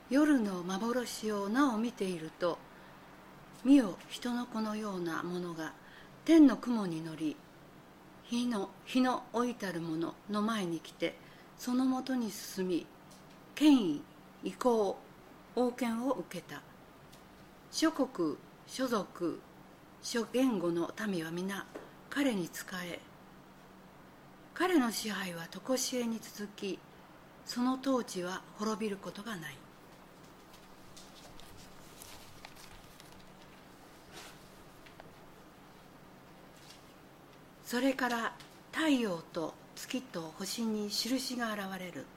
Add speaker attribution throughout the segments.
Speaker 1: 夜の幻をなお見ていると、見よ人の子のようなものが天の雲に乗り、日の老いたる者の前に来て、そのもとに進み、権威、威光、王権を受けた。諸国、諸族、諸言語の民は皆彼に仕え、彼の支配は常しえに続き、その統治は滅びることがない。それから太陽と月と星に印が現れる。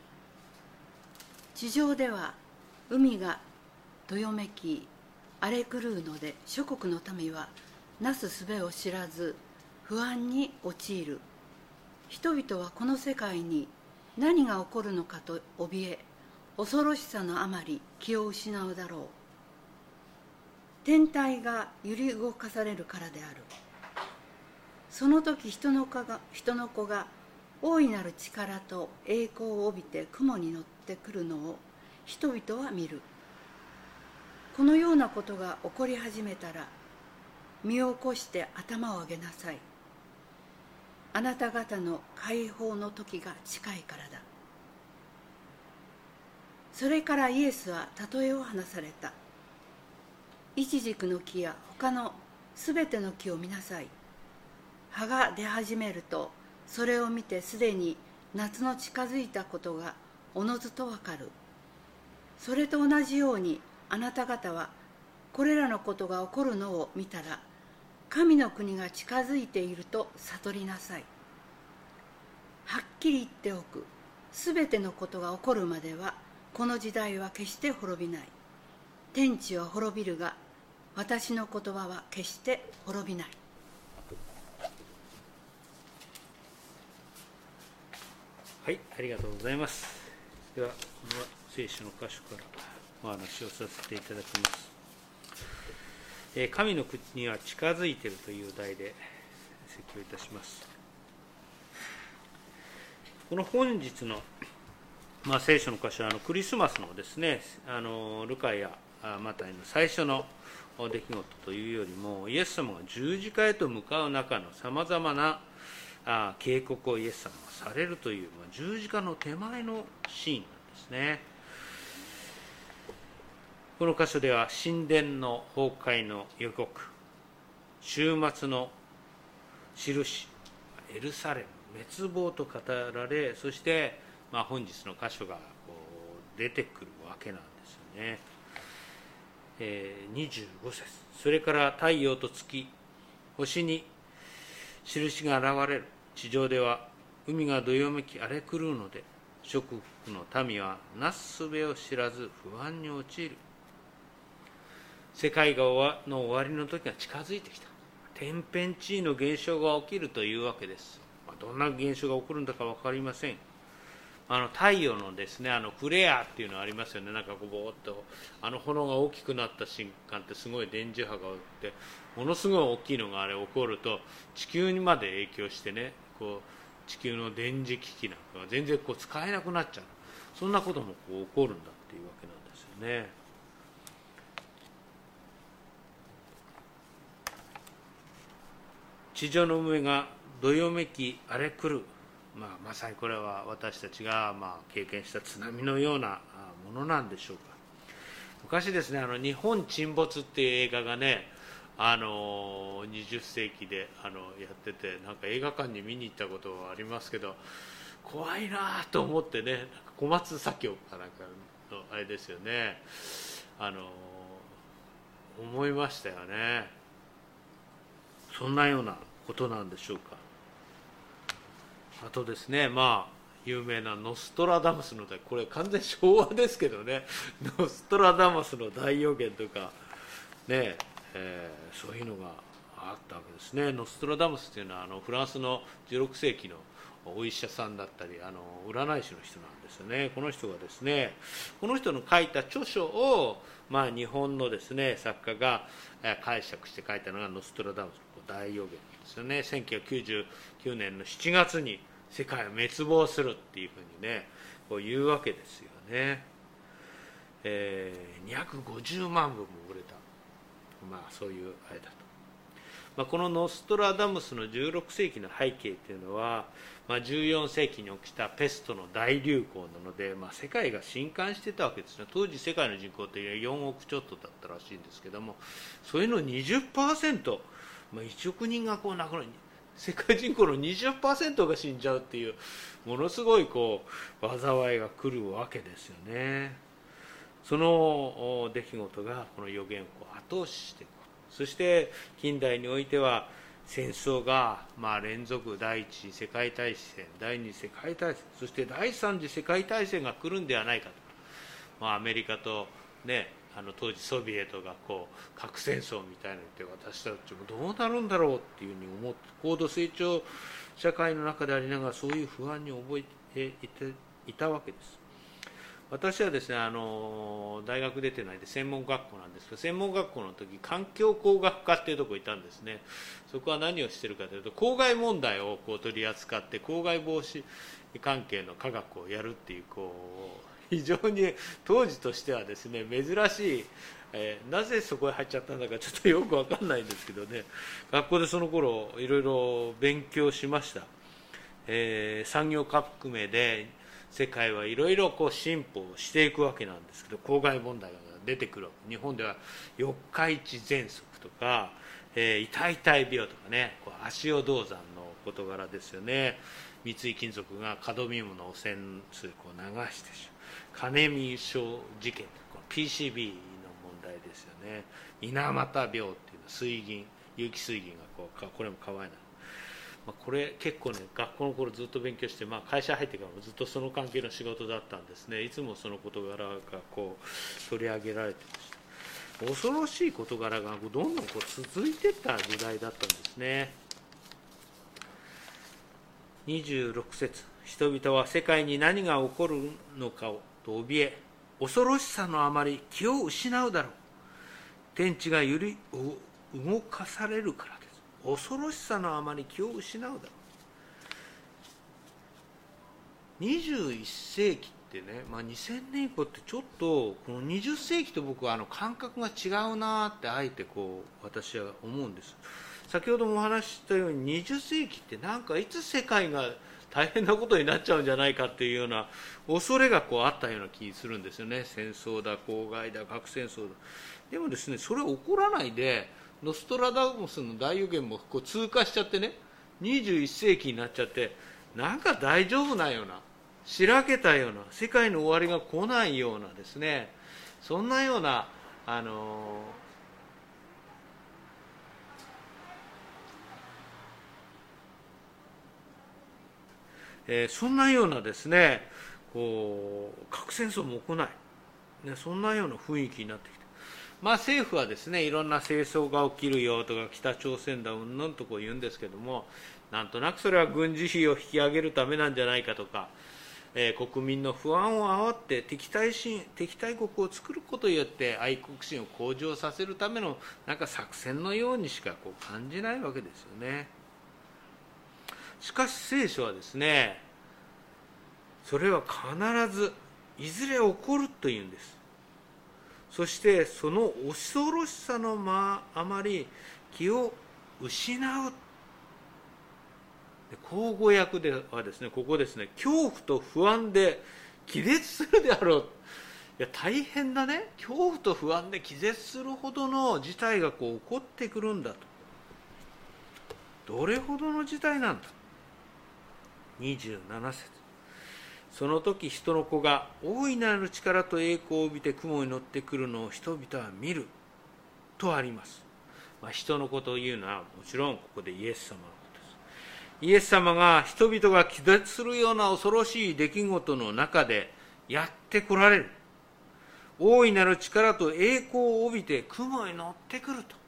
Speaker 1: 地上では海がどよめき荒れ狂うので、諸国の民はなすすべを知らず不安に陥る。人々はこの世界に何が起こるのかと怯え、恐ろしさのあまり気を失うだろう。天体が揺り動かされるからである。その時人の子が大いなる力と栄光を帯びて雲に乗ってくるのを人々は見る。このようなことが起こり始めたら、身を起こして頭を上げなさい。あなた方の解放の時が近いからだ。それからイエスは例えを話された。イチジクの木や他のすべての木を見なさい。葉が出始めると、それを見てすでに夏の近づいたことがおのずとわかる。それと同じように、あなた方はこれらのことが起こるのを見たら、神の国が近づいていると悟りなさい。はっきり言っておく。すべてのことが起こるまでは、この時代は決して滅びない。天地は滅びるが、私の言葉は決して滅びない。
Speaker 2: はい、ありがとうございます。では、聖書の箇所からお話をさせていただきます。神の国には近づいているという題で説教いたします。この本日の、聖書の箇所はクリスマスのですね、ルカやマタイの最初の出来事というよりも、イエス様が十字架へと向かう中のさまざまな警告をイエス様がされるという、十字架の手前のシーンなんですね。この箇所では神殿の崩壊の予告、終末の印、エルサレム滅亡と語られ、そして本日の箇所が出てくるわけなんですよね。25節、それから太陽と月、星に印が現れる。地上では海がどよめき荒れ狂うので、諸国の民はなすすべを知らず不安に陥る。世界の終わりの時が近づいてきた。天変地異の現象が起きるというわけです。どんな現象が起こるんだか分かりません。太陽のですね、フレアっていうのありますよね。なんかぼーっと炎が大きくなった瞬間ってすごい電磁波が打って、ものすごい大きいのが起こると地球にまで影響してね、地球の電磁機器なんかが全然使えなくなっちゃう。そんなことも起こるんだっていうわけなんですよね。地上の上がどよめき荒れ狂う。まさにこれは私たちが経験した津波のようなものなんでしょうか。昔ですね、日本沈没っていう映画がね、20世紀でやってて、なんか映画館に見に行ったことはありますけど、怖いなと思ってね、小松左京かなんかのあれですよね、思いましたよね。そんなようなことなんでしょうか。あとですね、有名なノストラダムスのこれ完全昭和ですけどね、ノストラダムスの大予言とかね、そういうのがあったわけですね。ノストラダムスというのはフランスの16世紀のお医者さんだったり占い師の人なんですよね。この人がですね、この人の書いた著書を、日本のですね作家が解釈して書いたのがノストラダムスの大予言ですよね。1999年の7月に世界は滅亡するっていうふうにね、言うわけですよね。 250万部も売れた、そういうあれだと。このノストラダムスの16世紀の背景というのは、14世紀に起きたペストの大流行なので、世界が震撼してたわけですね。当時世界の人口って4億ちょっとだったらしいんですけども、それの 20%、1億人が亡くなる、世界人口の 20% が死んじゃうっていう、ものすごい災いが来るわけですよね。その出来事がこの予言を後押ししていく。そして近代においては戦争が連続、第一次世界大戦、第二次世界大戦、そして第三次世界大戦が来るんではないかと。アメリカとね、当時ソビエトが核戦争みたいなので、私たちもどうなるんだろうっていうふうに思って、高度成長社会の中でありながらそういう不安に覚えていたわけです。私はですね、大学出てないで専門学校なんですけど、専門学校の時環境工学科っていうところにいたんですね。そこは何をしてるかというと、公害問題を取り扱って公害防止関係の科学をやるっていう、非常に当時としてはですね珍しい、なぜそこへ入っちゃったんだかちょっとよく分かんないんですけどね、学校でその頃いろいろ勉強しました。産業革命で世界はいろいろ進歩していくわけなんですけど、公害問題が出てくる。日本では四日市喘息とか、痛々病とかね、足尾銅山の事柄ですよね。三井金属がカドミウムの汚染水を流してしまう。金見症事件、PCB の問題ですよね。水俣病っていうのは水銀、有機水銀がこれも乾いない。これ結構ね、学校の頃ずっと勉強して、会社入ってからもずっとその関係の仕事だったんですね。いつもその事柄が取り上げられてました。恐ろしい事柄がどんどん続いていった時代だったんですね。26節、人々は世界に何が起こるのかをと怯え、恐ろしさのあまり気を失うだろう。天地が動かされるからです。恐ろしさのあまり気を失うだろう。21世紀ってね、2000年以降ってちょっとこの20世紀と僕は感覚が違うなってあえて私は思うんです。先ほどもお話ししたように20世紀ってなんかいつ世界が大変なことになっちゃうんじゃないかっていうような恐れがあったような気するんですよね。戦争だ、公害だ、核戦争だ。でもですね、それ起こらないでノストラダムスの大予言も通過しちゃってね、21世紀になっちゃって、なんか大丈夫なような、しらけたような、世界の終わりが来ないようなですね、そんなようなそんなようなですね、核戦争も起こない、ね、そんなような雰囲気になってきて、政府はですね、いろんな戦争が起きるよとか、北朝鮮だうんぬんと言うんですけども、なんとなくそれは軍事費を引き上げるためなんじゃないかとか、国民の不安を煽って敵対国を作ることによって愛国心を向上させるためのなんか作戦のようにしか感じないわけですよね。しかし聖書はですね、それは必ずいずれ起こるというんです。そしてその恐ろしさのあまり気を失う。口語訳ではですね、ここですね、恐怖と不安で気絶するであろう。いや大変だね、恐怖と不安で気絶するほどの事態が起こってくるんだと。どれほどの事態なんだ。27節、その時人の子が大いなる力と栄光を帯びて雲に乗ってくるのを人々は見るとあります。人の子というのはもちろんここでイエス様のことです。イエス様が人々が気絶するような恐ろしい出来事の中でやって来られる。大いなる力と栄光を帯びて雲に乗ってくると。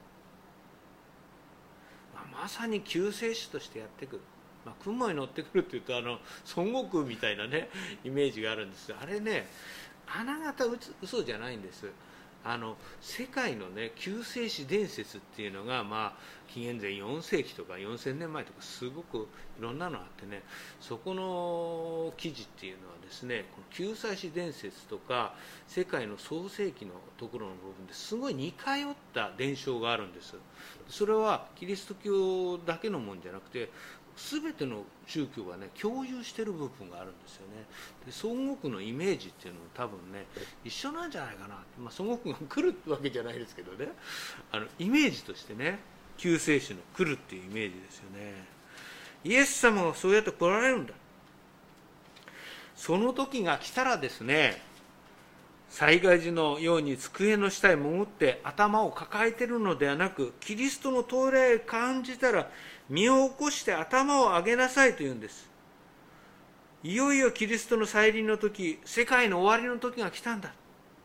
Speaker 2: まさに救世主としてやってくる。雲に乗ってくるっていうと孫悟空みたいなねイメージがあるんですが、あれね、あながた嘘じゃないんです。 世界のね救世主伝説っていうのが、紀元前4世紀とか4000年前とかすごくいろんなのあってね、そこの記事っていうのはですね、この救世主伝説とか世界の創世記のところの部分ですごい似通った伝承があるんです。それはキリスト教だけのもんじゃなくて、全ての宗教がね共有している部分があるんですよね。で孫悟空のイメージっていうのも多分ね一緒なんじゃないかな、孫悟空が来るわけじゃないですけどね、イメージとしてね救世主の来るっていうイメージですよね。イエス様がそうやって来られるんだ。その時が来たらですね、災害時のように机の下へ潜って頭を抱えているのではなく、キリストの到来を感じたら身を起こして頭を上げなさいというんです。いよいよキリストの再臨の時、世界の終わりの時が来たんだ。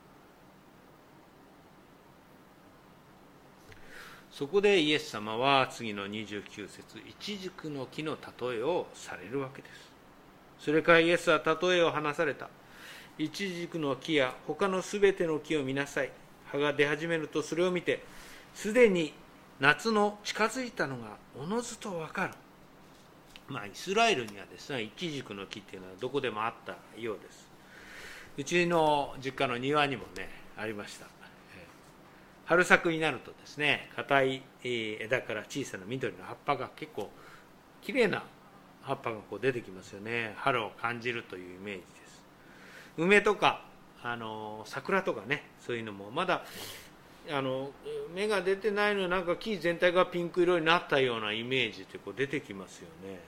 Speaker 2: そこでイエス様は次の29節、一軸の木の例えをされるわけです。それからイエスは例えを話された。一軸の木や他のすべての木を見なさい。葉が出始めるとそれを見て、すでに夏の近づいたのがおのずと分かる。イスラエルにはですね、一軸の木っていうのはどこでもあったようです。うちの実家の庭にもねありました。春作になるとですね、硬い枝から小さな緑の葉っぱが結構きれいな葉っぱがこう出てきますよね。春を感じるというイメージです。梅とか桜とかね、そういうのもまだ芽が出てないのになんか木全体がピンク色になったようなイメージってこう出てきますよね。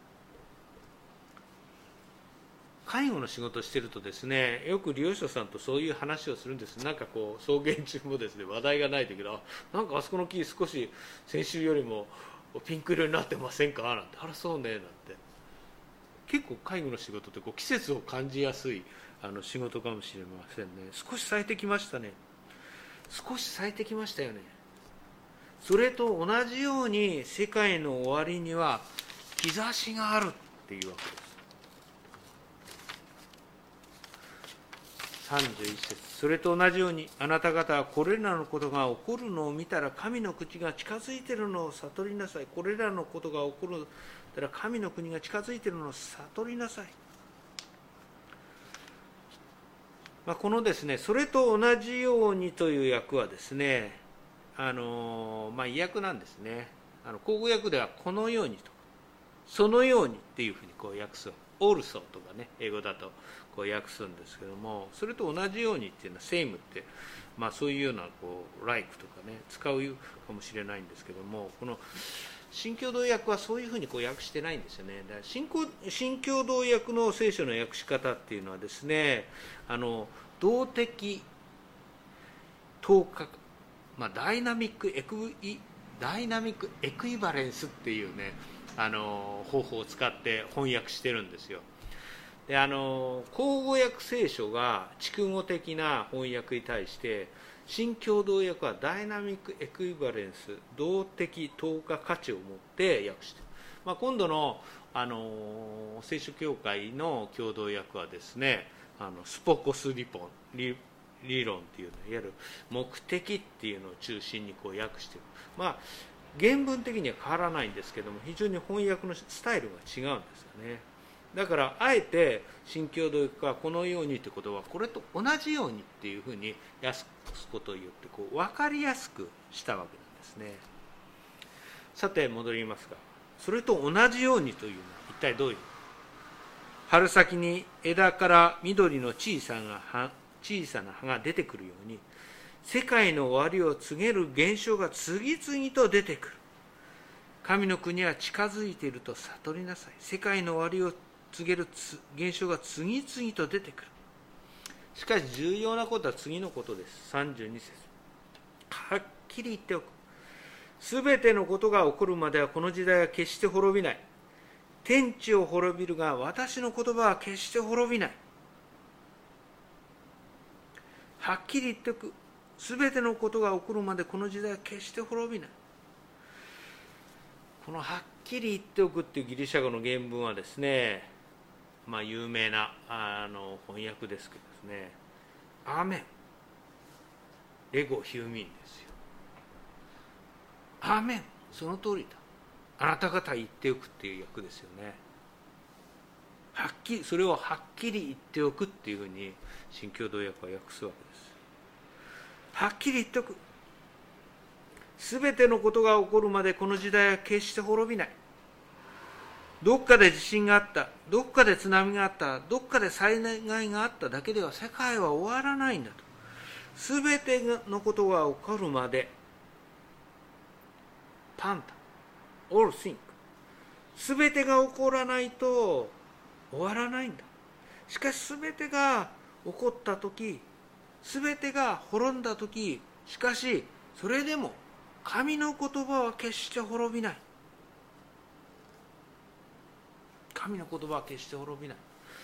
Speaker 2: 介護の仕事をしてるとですね、よく利用者さんとそういう話をするんです。なんかこう送迎中もですね話題がないときは、なんかあそこの木少し先週よりもピンク色になってませんかなんて、あらそうねなんて。結構介護の仕事ってこう季節を感じやすい仕事かもしれませんね。少し咲いてきましたね。少し咲いてきましたよね。それと同じように世界の終わりには兆しがあるっていうわけです。31節、それと同じようにあなた方はこれらのことが起こるのを見たら神の口が近づいているのを悟りなさい。これらのことが起こるたら神の国が近づいているのを悟りなさい。このですね、それと同じようにという訳はですね、意訳なんですね。口語訳ではこのようにとかそのようにっていうふうにこう訳す。オールソとかね、英語だとこう訳すんですけども、それと同じようにっていうのはセイムって、そういうようなこうライクとかね使うかもしれないんですけども、この新共同訳はそういうふうにこう訳してないんですよね。だから新共同訳の聖書の訳し方っていうのはですね、動的等価、ダイナミックエクイバレンスっていうね方法を使って翻訳してるんですよ。で口語訳聖書が筑語的な翻訳に対して新共同訳はダイナミックエクイバレンス動的等価価値を持って訳している。今度の聖書協会の共同訳はですね、スポコス理論っていうのいわゆる目的っていうのを中心にこう訳している。原文的には変わらないんですけども、非常に翻訳のスタイルが違うんですよね。だからあえて新共同訳がこのようにということはこれと同じようにっていうふうに訳すことを言ってこう分かりやすくしたわけなんですね。さて戻りますが、それと同じようにというのは一体どういうの？春先に枝から緑の小さな葉が出てくるように、世界の終わりを告げる現象が次々と出てくる。神の国は近づいていると悟りなさい。世界の終わりを告げる現象が次々と出てくる。しかし重要なことは次のことです。32節。はっきり言っておく。すべてのことが起こるまではこの時代は決して滅びない。天地を滅びるが私の言葉は決して滅びない。はっきり言っておく。すべてのことが起こるまでこの時代は決して滅びない。このはっきり言っておくっていうギリシャ語の原文はですね、有名な翻訳ですけどですね、アーメン、 レゴヒューミンですよ。アーメン、その通りだ、あなた方言っておくっていう訳ですよね。はっきり、それをはっきり言っておくっていうふうに新共同訳は訳すわけです。はっきり言っておく。すべてのことが起こるまでこの時代は決して滅びない。どっかで地震があった、どっかで津波があった、どっかで災害があっただけでは世界は終わらないんだと。すべてのことが起こるまで、パンタ、all think、すべてが起こらないと終わらないんだ。しかしすべてが起こったとき、すべてが滅んだとき、しかしそれでも神の言葉は決して滅びない。神の言葉は決して滅びない。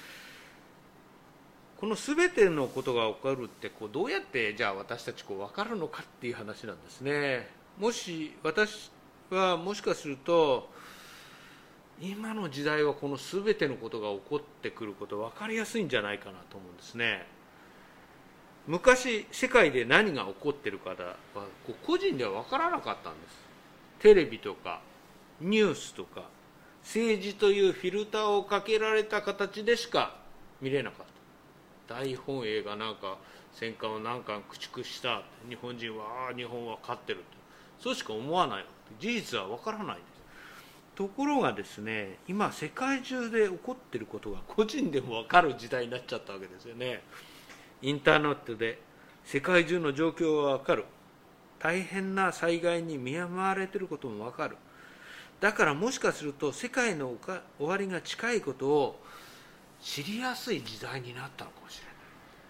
Speaker 2: このすべてのことが起こるってどうやってじゃあ私たち分かるのかっていう話なんですね。もし私はもしかすると今の時代はこのすべてのことが起こってくること分かりやすいんじゃないかなと思うんですね。昔世界で何が起こってるかは個人では分からなかったんです。テレビとかニュースとか政治というフィルターをかけられた形でしか見れなかった。大本営がなんか戦艦を何艦駆逐した、日本人は日本は勝ってると、そうしか思わない。事実は分からないです。ところがですね、今世界中で起こっていることが個人でも分かる時代になっちゃったわけですよね。インターネットで世界中の状況が分かる。大変な災害に見舞われていることも分かる。だからもしかすると世界の終わりが近いことを知りやすい時代になったのかもしれない。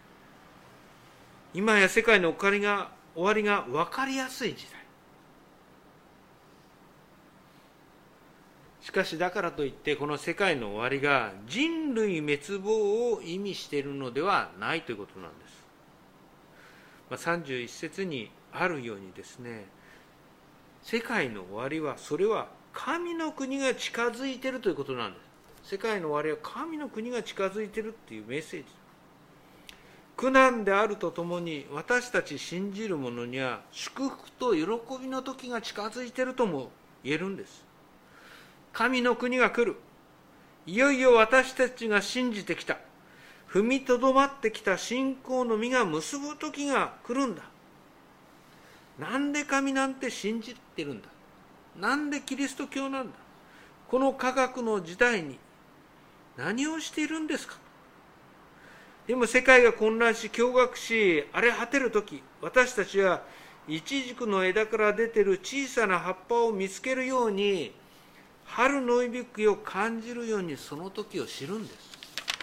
Speaker 2: 今や世界の終わりが分かりやすい時代。しかしだからといってこの世界の終わりが人類滅亡を意味しているのではないということなんです。31節にあるようにですね、世界の終わりはそれは神の国が近づいているということなんです。世界の終わりは神の国が近づいているというメッセージ。苦難であるとともに私たち信じる者には祝福と喜びの時が近づいているとも言えるんです。神の国が来る。いよいよ私たちが信じてきた、踏みとどまってきた信仰の実が結ぶ時が来るんだ。なんで神なんて信じてるんだ。なんでキリスト教なんだ。この科学の時代に何をしているんですか。でも世界が混乱し驚愕し荒れ果てるとき、私たちはイチジクの枝から出ている小さな葉っぱを見つけるように、春の息吹を感じるようにその時を知るんです。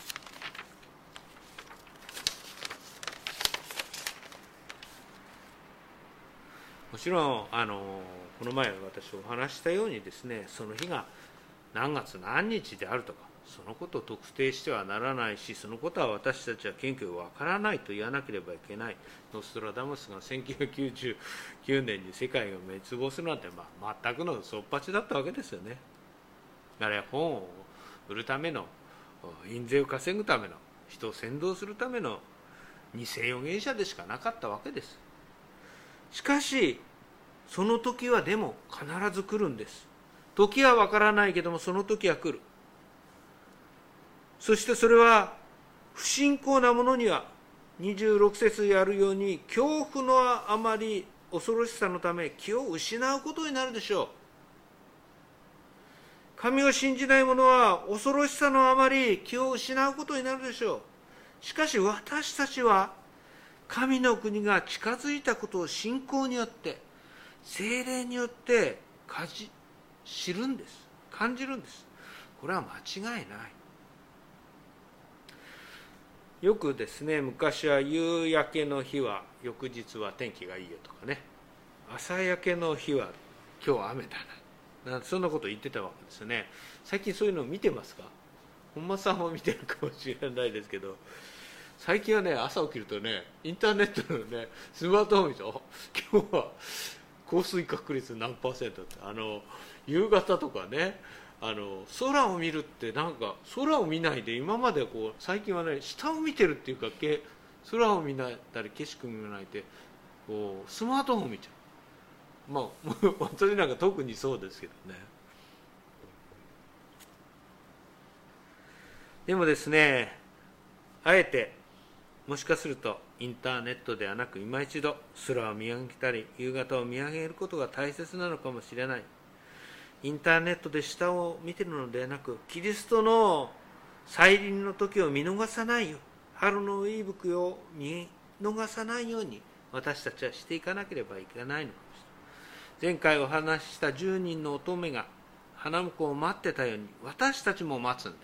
Speaker 2: もちろんこの前私お話したようにですね、その日が何月何日であるとかそのことを特定してはならないし、そのことは私たちは謙虚がわからないと言わなければいけない。ノストラダムスが1999年に世界が滅亡するなんて、全くのそっぱちだったわけですよね。あれは本を売るための、印税を稼ぐための、人を扇動するための偽預言者でしかなかったわけです。しかしその時はでも必ず来るんです。時はわからないけどもその時は来る。そしてそれは不信仰な者には26節にあるように恐怖のあまり恐ろしさのため気を失うことになるでしょう。神を信じない者は恐ろしさのあまり気を失うことになるでしょう。しかし私たちは神の国が近づいたことを信仰によって聖霊によって知るんです。感じるんです。これは間違いない。よくですね、昔は夕焼けの日は翌日は天気がいいよとかね、朝焼けの日は今日雨だな、なんてそんなこと言ってたわけですよね。最近そういうの見てますか？本間さんも見てるかもしれないですけど、最近はね、朝起きるとね、インターネットのね、スマートフォン見て、今日は降水確率何%って、夕方とかね、空を見るってなんか空を見ないで今まで最近はね下を見てるっていうか、空を見ないたり景色を見ないでこうスマートフォン見ちゃう。まあ私なんか特にそうですけどね。でもですね、あえてもしかするとインターネットではなく、今一度空を見上げたり夕方を見上げることが大切なのかもしれない。インターネットで下を見ているのではなく、キリストの再臨の時を見逃さないよう、春の息吹を見逃さないように私たちはしていかなければいけないのかもしれない。前回お話しした10人の乙女が花婿を待ってたように、私たちも待つんです。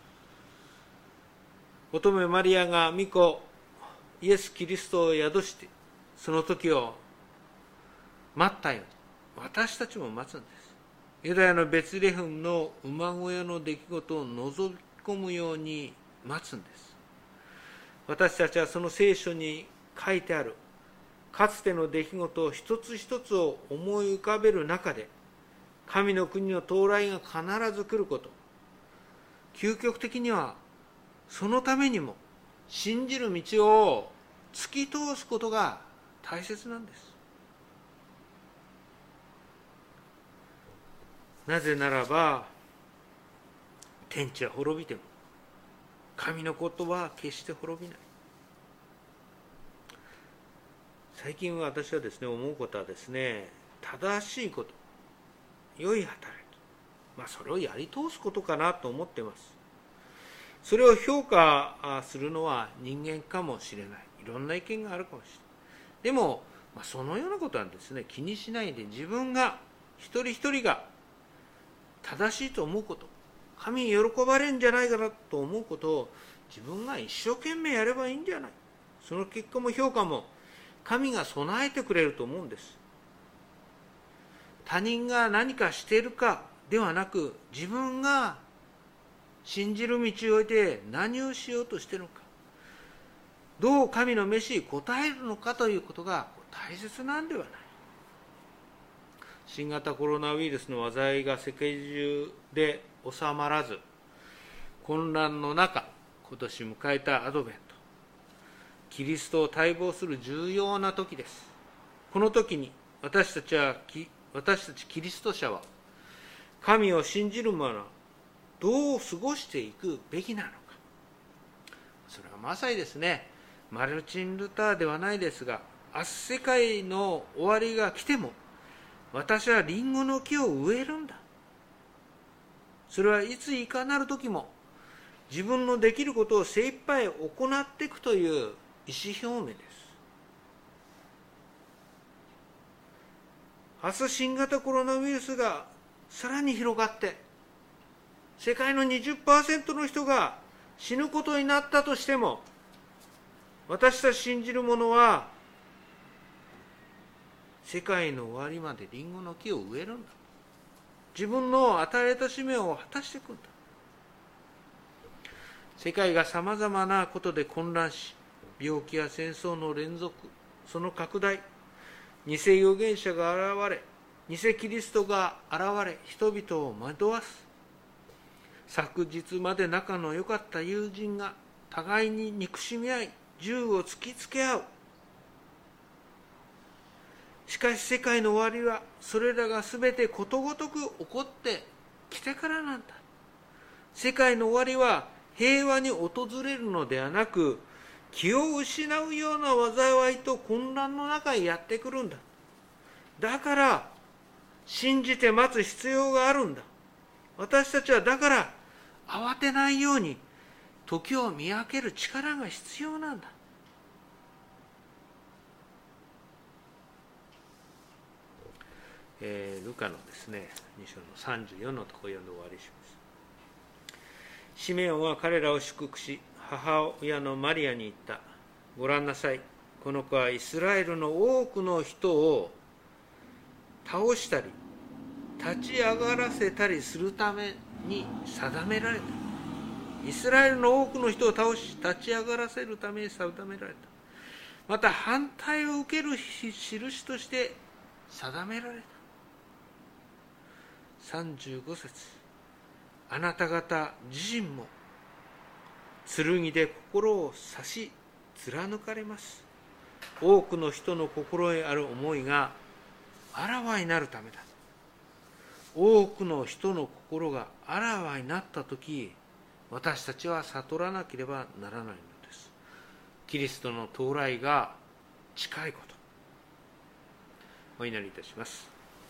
Speaker 2: 乙女マリアが御子イエス・キリストを宿してその時を待ったように、私たちも待つんです。ユダヤのベツレヘムの馬小屋の出来事を覗き込むように待つんです。私たちはその聖書に書いてあるかつての出来事を一つ一つを思い浮かべる中で、神の国の到来が必ず来ること、究極的にはそのためにも信じる道を突き通すことが大切なんです。なぜならば、天地は滅びても神の言葉は決して滅びない。最近は私はですね、思うことはですね、正しいこと、良い働き、それをやり通すことかなと思っています。それを評価するのは人間かもしれない。いろんな意見があるかもしれない。でも、そのようなことはですね、気にしないで、自分が一人一人が正しいと思うこと、神に喜ばれるんじゃないかなと思うことを自分が一生懸命やればいいんじゃない。その結果も評価も神が備えてくれると思うんです。他人が何かしているかではなく、自分が信じる道において何をしようとしているのか、どう神の召しに応えるのかということが大切なんではない。新型コロナウイルスの災いが世界中で収まらず、混乱の中、今年迎えたアドベント、キリストを待望する重要な時です。この時に私たちキリスト者は、神を信じる者はどう過ごしていくべきなのか。それはまさにですね、マルチン・ルターではないですが、明日世界の終わりが来ても私はリンゴの木を植えるんだ。それはいついかなる時も自分のできることを精一杯行っていくという意思表明です。明日新型コロナウイルスがさらに広がって世界の 20% の人が死ぬことになったとしても、私たち信じる者は世界の終わりまでリンゴの木を植えるんだ。自分の与えられた使命を果たしていくんだ。世界がさまざまなことで混乱し、病気や戦争の連続、その拡大、偽預言者が現れ、偽キリストが現れ、人々を惑わす。昨日まで仲の良かった友人が互いに憎しみ合い、銃を突きつけ合う。しかし世界の終わりはそれらがすべてことごとく起こってきてからなんだ。世界の終わりは平和に訪れるのではなく、気を失うような災いと混乱の中へやってくるんだ。だから信じて待つ必要があるんだ。私たちはだから慌てないように時を見分ける力が必要なんだ。ルカのですね、2章の34のところを読んで終わりします。シメオンは彼らを祝福し、母親のマリアに言った。ご覧なさい、この子はイスラエルの多くの人を倒したり立ち上がらせたりするために定められた。イスラエルの多くの人を倒し立ち上がらせるために定められた。また反対を受ける印として定められた。35節、あなた方自身も剣で心を刺し貫かれます。 多くの人の心へある思いがあらわになるためだ。多くの人の心があらわになったとき、私たちは悟らなければならないのです。キリストの到来が近いこと。お祈りいたします。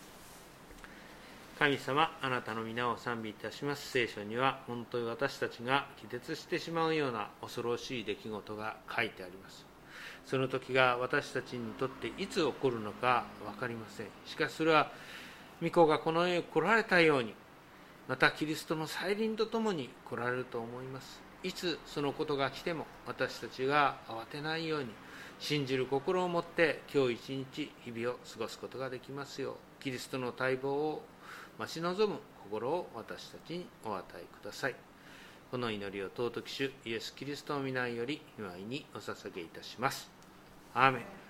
Speaker 2: 神様、あなたの皆を賛美いたします。聖書には本当に私たちが気絶してしまうような恐ろしい出来事が書いてあります。その時が私たちにとっていつ起こるのか分かりません。しかしそれは御子がこの世に来られたように、またキリストの再臨とともに来られると思います。いつそのことが来ても私たちが慌てないように、信じる心を持って今日一日日々を過ごすことができますよう、キリストの待望を待ち望む心を私たちにお与えください。この祈りを尊き主イエス・キリストの御名より御前にお捧げいたします。アーメン。